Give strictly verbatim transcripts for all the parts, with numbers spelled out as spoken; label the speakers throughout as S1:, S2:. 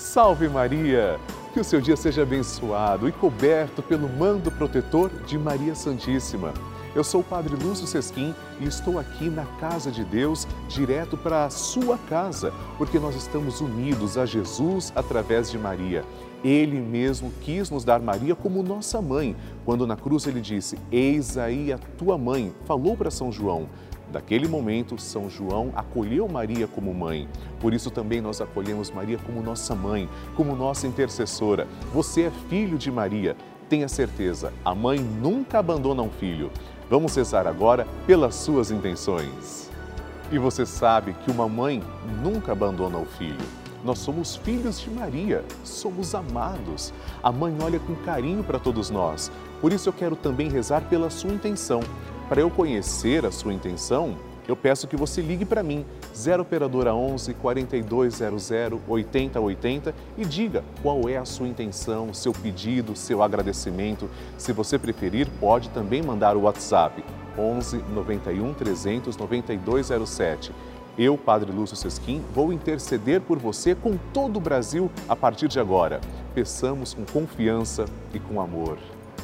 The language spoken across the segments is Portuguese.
S1: Salve Maria! Que o seu dia seja abençoado e coberto pelo manto protetor de Maria Santíssima. Eu sou o Padre Lúcio Sesquim e estou aqui na Casa de Deus, direto para a sua casa, porque nós estamos unidos a Jesus através de Maria. Ele mesmo quis nos dar Maria como nossa mãe, quando na cruz ele disse, eis aí a tua mãe, falou para São João. Daquele momento, São João acolheu Maria como mãe. Por isso também nós acolhemos Maria como nossa mãe, como nossa intercessora. Você é filho de Maria. Tenha certeza, a mãe nunca abandona um filho. Vamos rezar agora pelas suas intenções. E você sabe que uma mãe nunca abandona o filho. Nós somos filhos de Maria, somos amados. A mãe olha com carinho para todos nós. Por isso eu quero também rezar pela sua intenção. Para eu conhecer a sua intenção, eu peço que você ligue para mim, zero operadora onze, quarenta e dois zero zero, oitenta oitenta e diga qual é a sua intenção, seu pedido, seu agradecimento. Se você preferir, pode também mandar o WhatsApp onze, noventa e um, trezentos, noventa e dois zero sete. Eu, Padre Lúcio Sesquim, vou interceder por você com todo o Brasil a partir de agora. Peçamos com confiança e com amor.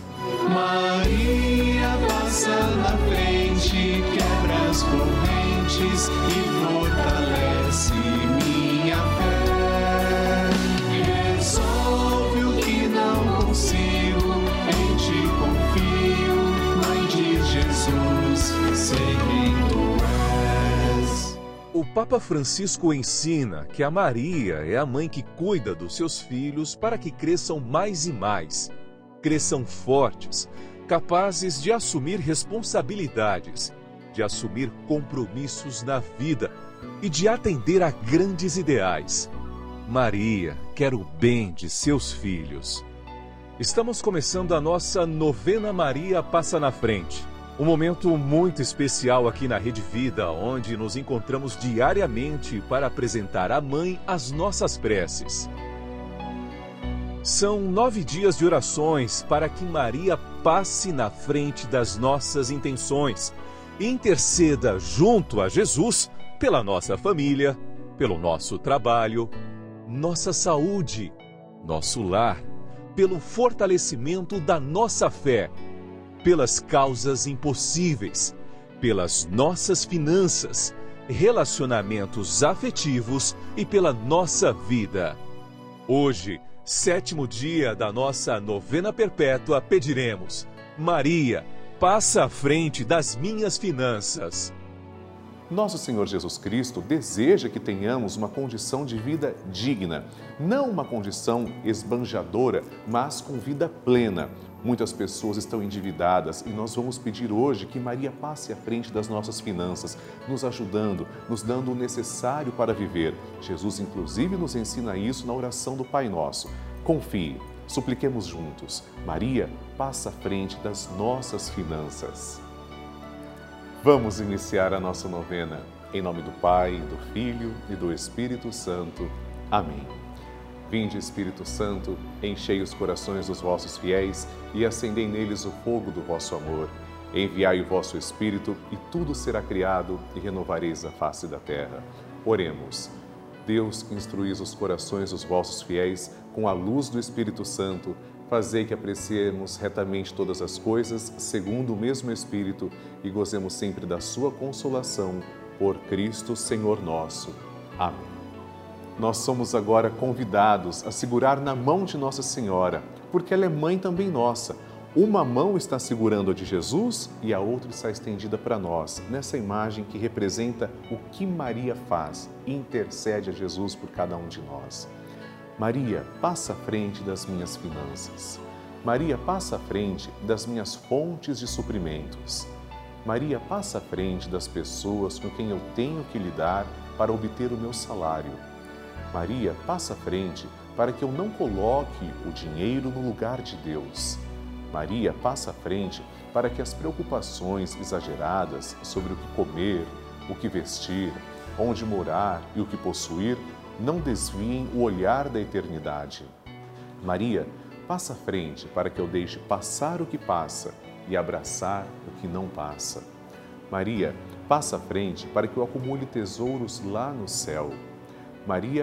S2: Maria passa na frente, quebra as correntes e fortalece minha fé. Resolve o que não consigo, em ti confio, Mãe de Jesus, sei quem tu és.
S3: O Papa Francisco ensina que a Maria é a mãe que cuida dos seus filhos para que cresçam mais e mais. Cresçam fortes, capazes de assumir responsabilidades, de assumir compromissos na vida e de atender a grandes ideais. Maria quer o bem de seus filhos. Estamos começando a nossa novena Maria Passa na Frente. Um momento muito especial aqui na Rede Vida, onde nos encontramos diariamente para apresentar à Mãe as nossas preces. São nove dias de orações para que Maria passe na frente das nossas intenções e interceda junto a Jesus pela nossa família, pelo nosso trabalho, nossa saúde, nosso lar, pelo fortalecimento da nossa fé, pelas causas impossíveis, pelas nossas finanças, relacionamentos afetivos e pela nossa vida. Hoje, sétimo dia da nossa novena perpétua, pediremos: Maria, passa à frente das minhas finanças.
S1: Nosso Senhor Jesus Cristo deseja que tenhamos uma condição de vida digna, não uma condição esbanjadora, mas com vida plena. Muitas pessoas estão endividadas e nós vamos pedir hoje que Maria passe à frente das nossas finanças, nos ajudando, nos dando o necessário para viver. Jesus, inclusive, nos ensina isso na oração do Pai Nosso. Confie, supliquemos juntos. Maria, passa à frente das nossas finanças. Vamos iniciar a nossa novena. Em nome do Pai, do Filho e do Espírito Santo. Amém. Vinde, Espírito Santo, enchei os corações dos vossos fiéis e acendei neles o fogo do vosso amor. Enviai o vosso Espírito e tudo será criado e renovareis a face da terra. Oremos. Deus, que instruís os corações dos vossos fiéis com a luz do Espírito Santo, fazei que apreciemos retamente todas as coisas, segundo o mesmo Espírito, e gozemos sempre da sua consolação, por Cristo Senhor nosso. Amém. Nós somos agora convidados a segurar na mão de Nossa Senhora, porque ela é mãe também nossa. Uma mão está segurando a de Jesus e a outra está estendida para nós, nessa imagem que representa o que Maria faz, intercede a Jesus por cada um de nós. Maria, passa à frente das minhas finanças. Maria, passa à frente das minhas fontes de suprimentos. Maria, passa à frente das pessoas com quem eu tenho que lidar para obter o meu salário. Maria, passa à frente para que eu não coloque o dinheiro no lugar de Deus. Maria, passa à frente para que as preocupações exageradas sobre o que comer, o que vestir, onde morar e o que possuir não desviem o olhar da eternidade. Maria, passa à frente para que eu deixe passar o que passa e abraçar o que não passa. Maria, passa à frente para que eu acumule tesouros lá no céu. Maria,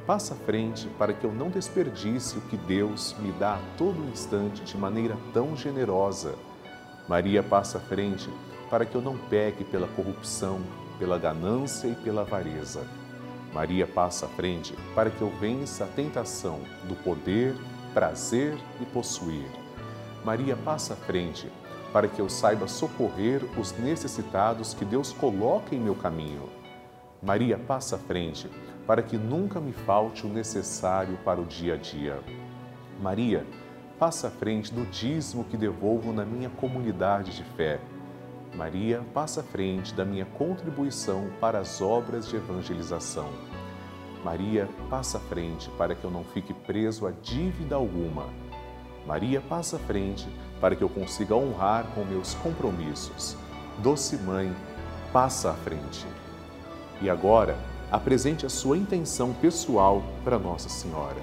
S1: passa à frente para que eu não desperdice o que Deus me dá a todo instante de maneira tão generosa. Maria, passa à frente para que eu não peque pela corrupção, pela ganância e pela avareza. Maria, passa à frente para que eu vença a tentação do poder, prazer e possuir. Maria, passa à frente para que eu saiba socorrer os necessitados que Deus coloca em meu caminho. Maria, passa à frente para que nunca me falte o necessário para o dia a dia. Maria, passa à frente do dízimo que devolvo na minha comunidade de fé. Maria, passa à frente da minha contribuição para as obras de evangelização. Maria, passa à frente para que eu não fique preso a dívida alguma. Maria, passa à frente para que eu consiga honrar com meus compromissos. Doce Mãe, passa à frente. E agora, apresente a sua intenção pessoal para Nossa Senhora.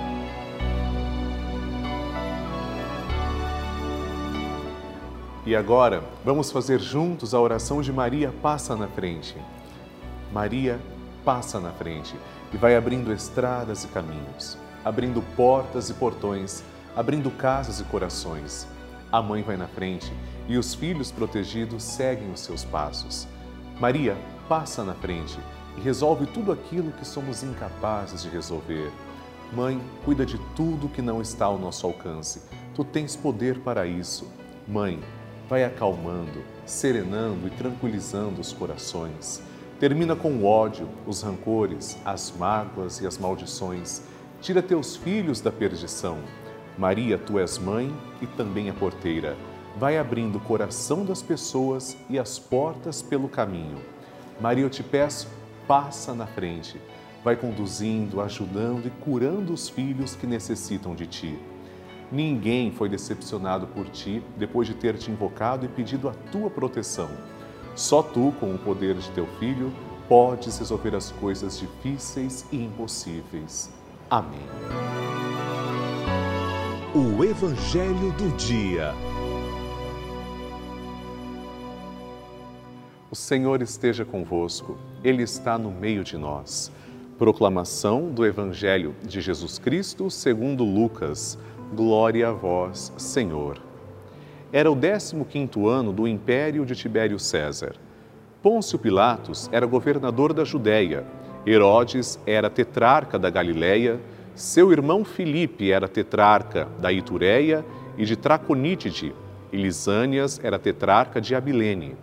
S1: E agora, vamos fazer juntos a oração de Maria passa na frente. Maria passa na frente e vai abrindo estradas e caminhos, abrindo portas e portões, abrindo casas e corações. A mãe vai na frente e os filhos protegidos seguem os seus passos. Maria passa na frente e resolve tudo aquilo que somos incapazes de resolver. Mãe, cuida de tudo que não está ao nosso alcance. Tu tens poder para isso. Mãe, vai acalmando, serenando e tranquilizando os corações. Termina com o ódio, os rancores, as mágoas e as maldições. Tira teus filhos da perdição. Maria, tu és mãe e também a porteira. Vai abrindo o coração das pessoas e as portas pelo caminho. Maria, eu te peço, passa na frente. Vai conduzindo, ajudando e curando os filhos que necessitam de ti. Ninguém foi decepcionado por ti depois de ter te invocado e pedido a tua proteção. Só tu, com o poder de teu Filho, podes resolver as coisas difíceis e impossíveis. Amém.
S3: O Evangelho do Dia.
S1: O Senhor esteja convosco, Ele está no meio de nós. Proclamação do Evangelho de Jesus Cristo segundo Lucas. Glória a vós, Senhor. Era o décimo quinto ano do império de Tibério César. Pôncio Pilatos era governador da Judéia, Herodes era tetrarca da Galiléia, seu irmão Filipe era tetrarca da Itureia e de Traconítide, e Lisânias era tetrarca de Abilene.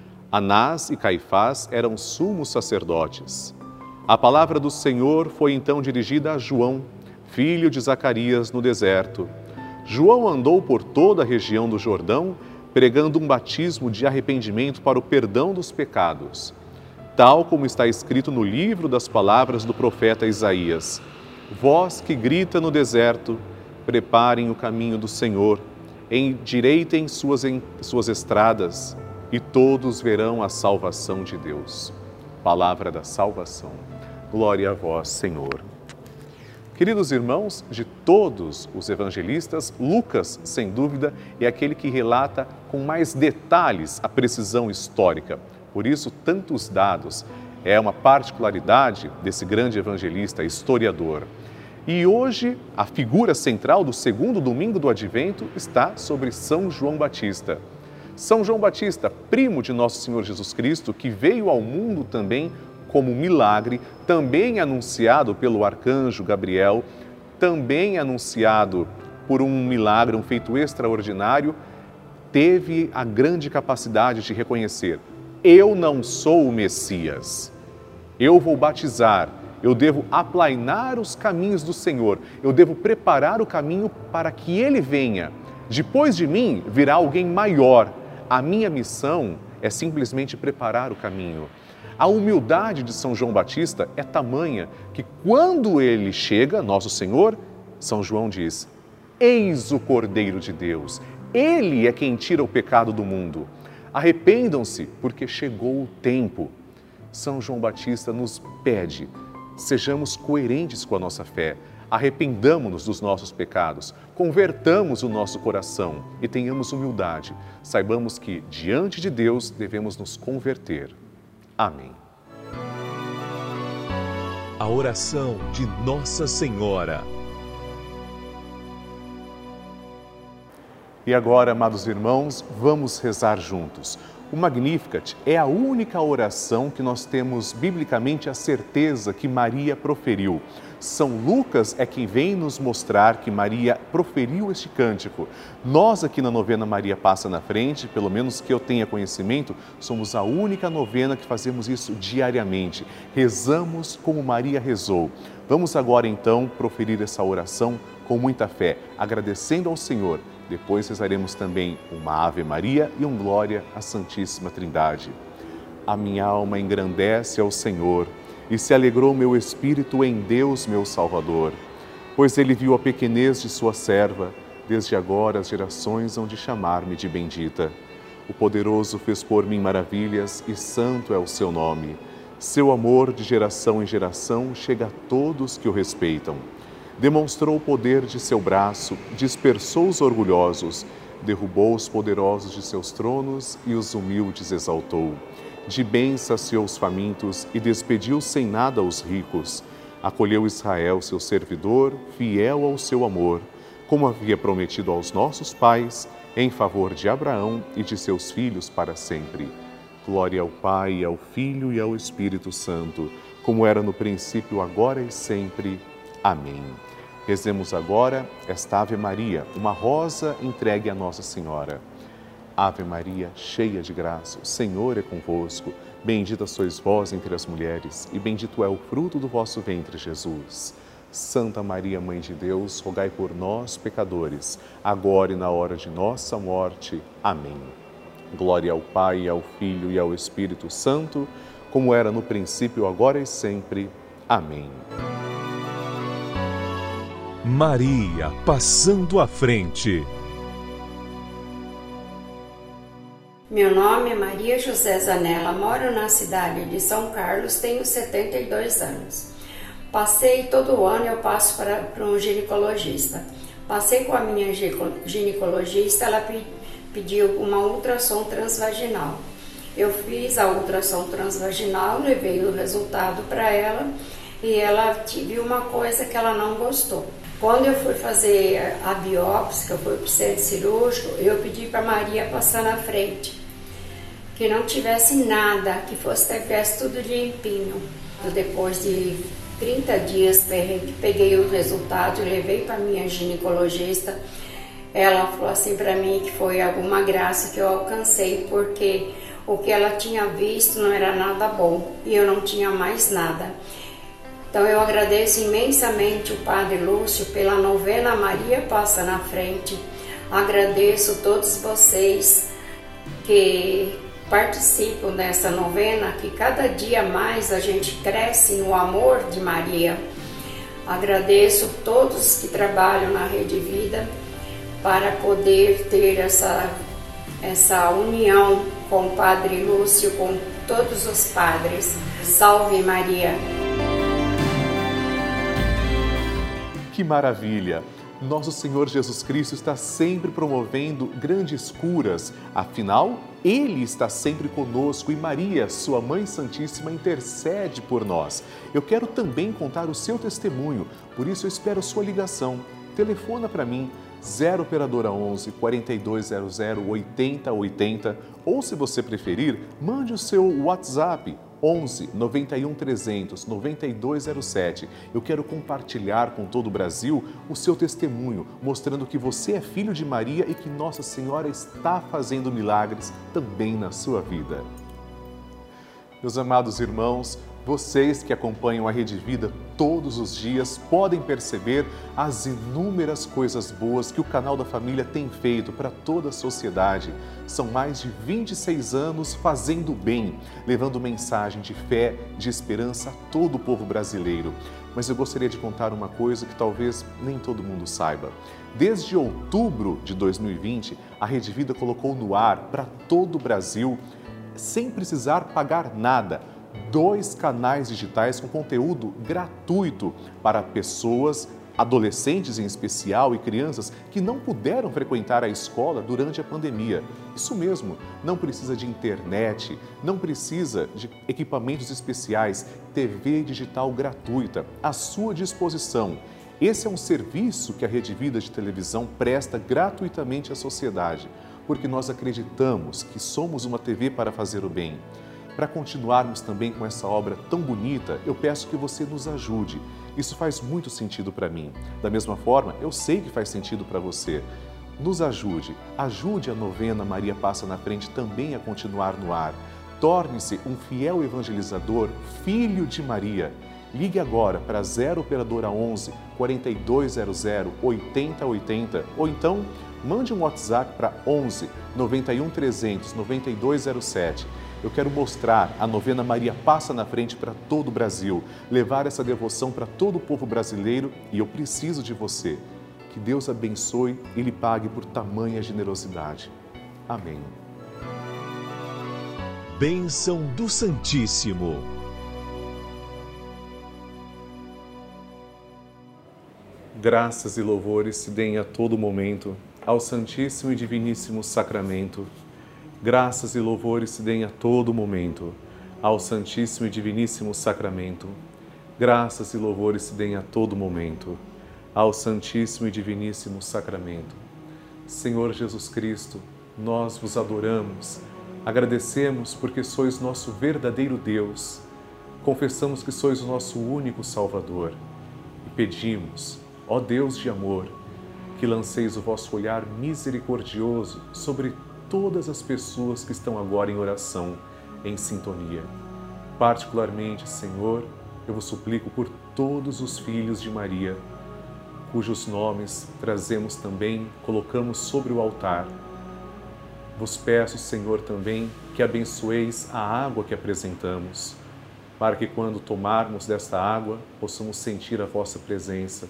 S1: Anás e Caifás eram sumos sacerdotes. A palavra do Senhor foi então dirigida a João, filho de Zacarias, no deserto. João andou por toda a região do Jordão, pregando um batismo de arrependimento para o perdão dos pecados. Tal como está escrito no livro das palavras do profeta Isaías: Voz que grita no deserto, preparem o caminho do Senhor, endireitem suas, em, suas estradas, e todos verão a salvação de Deus. Palavra da salvação. Glória a vós, Senhor. Queridos irmãos, de todos os evangelistas, Lucas, sem dúvida, é aquele que relata com mais detalhes a precisão histórica. Por isso, tantos dados. É uma particularidade desse grande evangelista, historiador. E hoje, a figura central do segundo domingo do Advento está sobre São João Batista. São João Batista, primo de Nosso Senhor Jesus Cristo, que veio ao mundo também como milagre, também anunciado pelo arcanjo Gabriel, também anunciado por um milagre, um feito extraordinário, teve a grande capacidade de reconhecer: eu não sou o Messias, eu vou batizar, eu devo aplainar os caminhos do Senhor, eu devo preparar o caminho para que Ele venha. Depois de mim virá alguém maior, a minha missão é simplesmente preparar o caminho. A humildade de São João Batista é tamanha que quando ele chega, Nosso Senhor, São João diz: eis o Cordeiro de Deus, Ele é quem tira o pecado do mundo. Arrependam-se, porque chegou o tempo. São João Batista nos pede, sejamos coerentes com a nossa fé, arrependamo-nos dos nossos pecados, convertamos o nosso coração e tenhamos humildade. Saibamos que, diante de Deus, devemos nos converter. Amém.
S3: a oração de Nossa Senhora.
S1: E agora, amados irmãos, vamos rezar juntos. O Magnificat é a única oração que nós temos biblicamente a certeza que Maria proferiu. São Lucas é quem vem nos mostrar que Maria proferiu este cântico. Nós aqui na novena Maria Passa na Frente, pelo menos que eu tenha conhecimento, somos a única novena que fazemos isso diariamente. Rezamos como Maria rezou. Vamos agora então proferir essa oração com muita fé, agradecendo ao Senhor. Depois rezaremos também uma Ave Maria e um Glória à Santíssima Trindade. A minha alma engrandece ao Senhor e se alegrou meu espírito em Deus, meu Salvador, pois Ele viu a pequenez de sua serva, desde agora as gerações hão de chamar-me de bendita. O Poderoso fez por mim maravilhas e santo é o seu nome. Seu amor de geração em geração chega a todos que o respeitam. Demonstrou o poder de seu braço, dispersou os orgulhosos, derrubou os poderosos de seus tronos e os humildes exaltou. De bem saciou os famintos e despediu sem nada os ricos. Acolheu Israel, seu servidor, fiel ao seu amor, como havia prometido aos nossos pais, em favor de Abraão e de seus filhos para sempre. Glória ao Pai, ao Filho e ao Espírito Santo, como era no princípio, agora e sempre. Amém. Rezemos agora esta Ave Maria, uma rosa entregue a Nossa Senhora. Ave Maria, cheia de graça, o Senhor é convosco. Bendita sois vós entre as mulheres, e bendito é o fruto do vosso ventre, Jesus. Santa Maria, Mãe de Deus, rogai por nós, pecadores, agora e na hora de nossa morte. Amém. Glória ao Pai, ao Filho e ao Espírito Santo, como era no princípio, agora e sempre. Amém.
S3: Maria passando à frente.
S4: Meu nome é Maria José Zanella, moro na cidade de São Carlos, tenho setenta e dois anos. Passei, todo ano eu passo para, para um ginecologista. Passei com a minha ginecologista, ela pediu uma ultrassom transvaginal. Eu fiz a ultrassom transvaginal, levei o resultado para ela e ela viu uma coisa que ela não gostou. Quando eu fui fazer a biópsia, que eu fui para o centro cirúrgico, eu pedi para Maria passar na frente, que não tivesse nada, que fosse tivesse tudo limpinho. Depois de trinta dias, peguei o resultado, levei para minha ginecologista. Ela falou assim para mim que foi alguma graça que eu alcancei, porque o que ela tinha visto não era nada bom e eu não tinha mais nada. Então eu agradeço imensamente o Padre Lúcio pela novena Maria Passa na Frente. Agradeço todos vocês que participam dessa novena, que cada dia mais a gente cresce no amor de Maria. Agradeço todos que trabalham na Rede Vida para poder ter essa, essa união com o Padre Lúcio, com todos os padres. Salve Maria!
S1: Que maravilha! Nosso Senhor Jesus Cristo está sempre promovendo grandes curas. Afinal, Ele está sempre conosco e Maria, sua Mãe Santíssima, intercede por nós. Eu quero também contar o seu testemunho, por isso eu espero sua ligação. Telefona para mim, zero operadora onze, quarenta e dois zero zero, oitenta oitenta, ou se você preferir, mande o seu WhatsApp, onze, noventa e um, trezentos, noventa e dois zero sete. Eu quero compartilhar com todo o Brasil o seu testemunho, mostrando que você é filho de Maria e que Nossa Senhora está fazendo milagres também na sua vida. Meus amados irmãos, vocês que acompanham a Rede Vida todos os dias podem perceber as inúmeras coisas boas que o canal da família tem feito para toda a sociedade. São mais de vinte e seis anos fazendo bem, levando mensagem de fé, de esperança a todo o povo brasileiro. Mas eu gostaria de contar uma coisa que talvez nem todo mundo saiba. Desde outubro de dois mil e vinte, a Rede Vida colocou no ar para todo o Brasil, sem precisar pagar nada, dois canais digitais com conteúdo gratuito para pessoas adolescentes em especial e crianças que não puderam frequentar a escola durante a pandemia. Isso mesmo, não precisa de internet, não precisa de equipamentos especiais, T V digital gratuita, à sua disposição. Esse é um serviço que a Rede Vida de televisão presta gratuitamente à sociedade, porque nós acreditamos que somos uma T V para fazer o bem. Para continuarmos também com essa obra tão bonita, eu peço que você nos ajude. Isso faz muito sentido para mim. Da mesma forma, eu sei que faz sentido para você. Nos ajude, ajude a novena Maria Passa na Frente também a continuar no ar. Torne-se um fiel evangelizador, filho de Maria. Ligue agora para zero operadora onze, quarenta e dois zero zero, oitenta oitenta ou então mande um WhatsApp para onze, noventa e um, trezentos, noventa e dois zero sete. Eu quero mostrar a novena Maria Passa na Frente para todo o Brasil, levar essa devoção para todo o povo brasileiro e eu preciso de você. Que Deus abençoe e lhe pague por tamanha generosidade. Amém.
S3: Bênção do Santíssimo.
S1: Graças e louvores se deem a todo momento ao Santíssimo e Diviníssimo Sacramento. Graças e louvores se deem a todo momento ao Santíssimo e Diviníssimo Sacramento. Graças e louvores se deem a todo momento ao Santíssimo e Diviníssimo Sacramento. Senhor Jesus Cristo, nós vos adoramos, agradecemos porque sois nosso verdadeiro Deus, confessamos que sois o nosso único Salvador e pedimos, ó Deus de amor, que lanceis o vosso olhar misericordioso sobre todas as pessoas que estão agora em oração, em sintonia. Particularmente, Senhor, eu vos suplico por todos os filhos de Maria, cujos nomes trazemos também, colocamos sobre o altar. Vos peço, Senhor, também que abençoeis a água que apresentamos, para que quando tomarmos desta água, possamos sentir a vossa presença.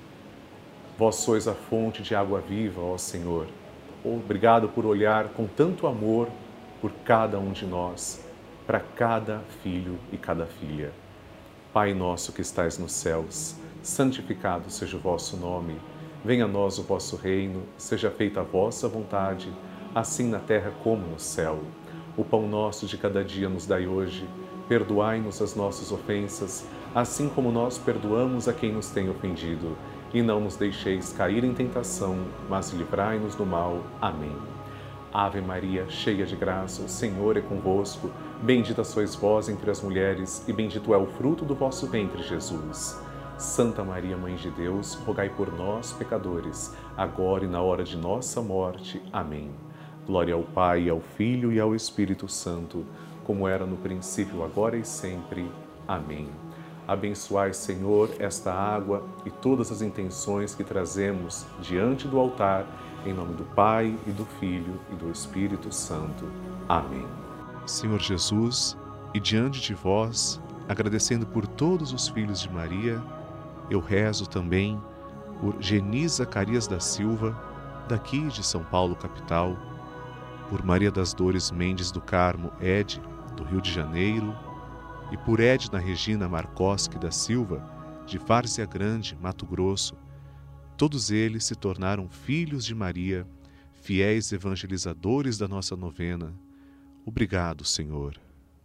S1: Vós sois a fonte de água viva, ó Senhor. Obrigado por olhar com tanto amor por cada um de nós, para cada filho e cada filha. Pai nosso que estais nos céus, santificado seja o vosso nome. Venha a nós o vosso reino, seja feita a vossa vontade, assim na terra como no céu. O pão nosso de cada dia nos dai hoje. Perdoai-nos as nossas ofensas, assim como nós perdoamos a quem nos tem ofendido. E não nos deixeis cair em tentação, mas livrai-nos do mal. Amém. Ave Maria, cheia de graça, o Senhor é convosco. Bendita sois vós entre as mulheres, e bendito é o fruto do vosso ventre, Jesus. Santa Maria, Mãe de Deus, rogai por nós, pecadores, agora e na hora de nossa morte. Amém. Glória ao Pai, ao Filho e ao Espírito Santo, como era no princípio, agora e sempre. Amém. Abençoai, Senhor, esta água e todas as intenções que trazemos diante do altar, em nome do Pai, e do Filho, e do Espírito Santo. Amém. Senhor Jesus, e diante de vós, agradecendo por todos os filhos de Maria, eu rezo também por Geni Zacarias da Silva, daqui de São Paulo, capital, por Maria das Dores Mendes do Carmo Ed, do Rio de Janeiro, e por Edna Regina Markoski da Silva, de Várzea Grande, Mato Grosso. Todos eles se tornaram filhos de Maria, fiéis evangelizadores da nossa novena. Obrigado, Senhor.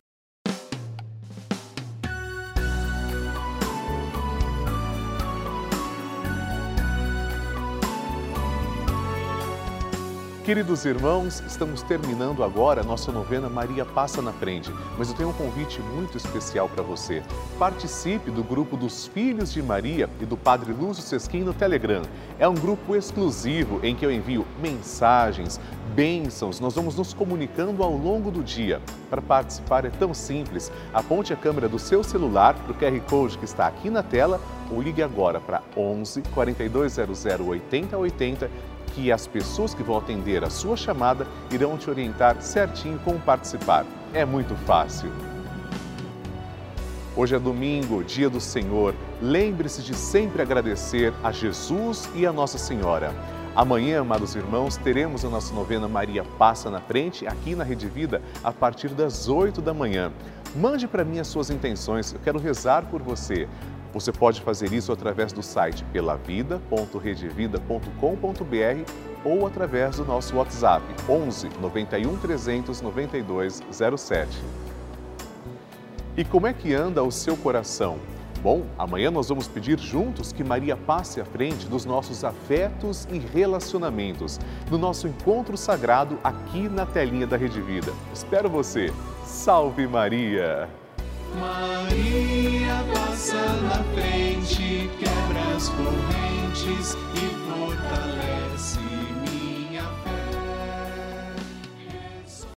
S1: Queridos irmãos, estamos terminando agora a nossa novena Maria Passa na Frente, mas eu tenho um convite muito especial para você. Participe do grupo dos Filhos de Maria e do Padre Lúcio Sesquim no Telegram. É um grupo exclusivo em que eu envio mensagens, bênçãos, nós vamos nos comunicando ao longo do dia. Para participar é tão simples, aponte a câmera do seu celular para o Q R Code que está aqui na tela ou ligue agora para onze, quarenta e dois zero zero, oitenta oitenta, que as pessoas que vão atender a sua chamada irão te orientar certinho como participar. É muito fácil. Hoje é domingo, dia do Senhor. Lembre-se de sempre agradecer a Jesus e a Nossa Senhora. Amanhã, amados irmãos, teremos a nossa novena Maria Passa na Frente aqui na Rede Vida a partir das oito da manhã. Mande para mim as suas intenções, eu quero rezar por você. Você pode fazer isso através do site pelavida ponto redevida ponto com ponto br ou através do nosso WhatsApp onze, noventa e um, trezentos, noventa e dois, zero sete. E como é que anda o seu coração? Bom, amanhã nós vamos pedir juntos que Maria passe à frente dos nossos afetos e relacionamentos, no nosso encontro sagrado aqui na telinha da Rede Vida. Espero você! Salve Maria!
S2: Maria passa na frente, quebra as correntes e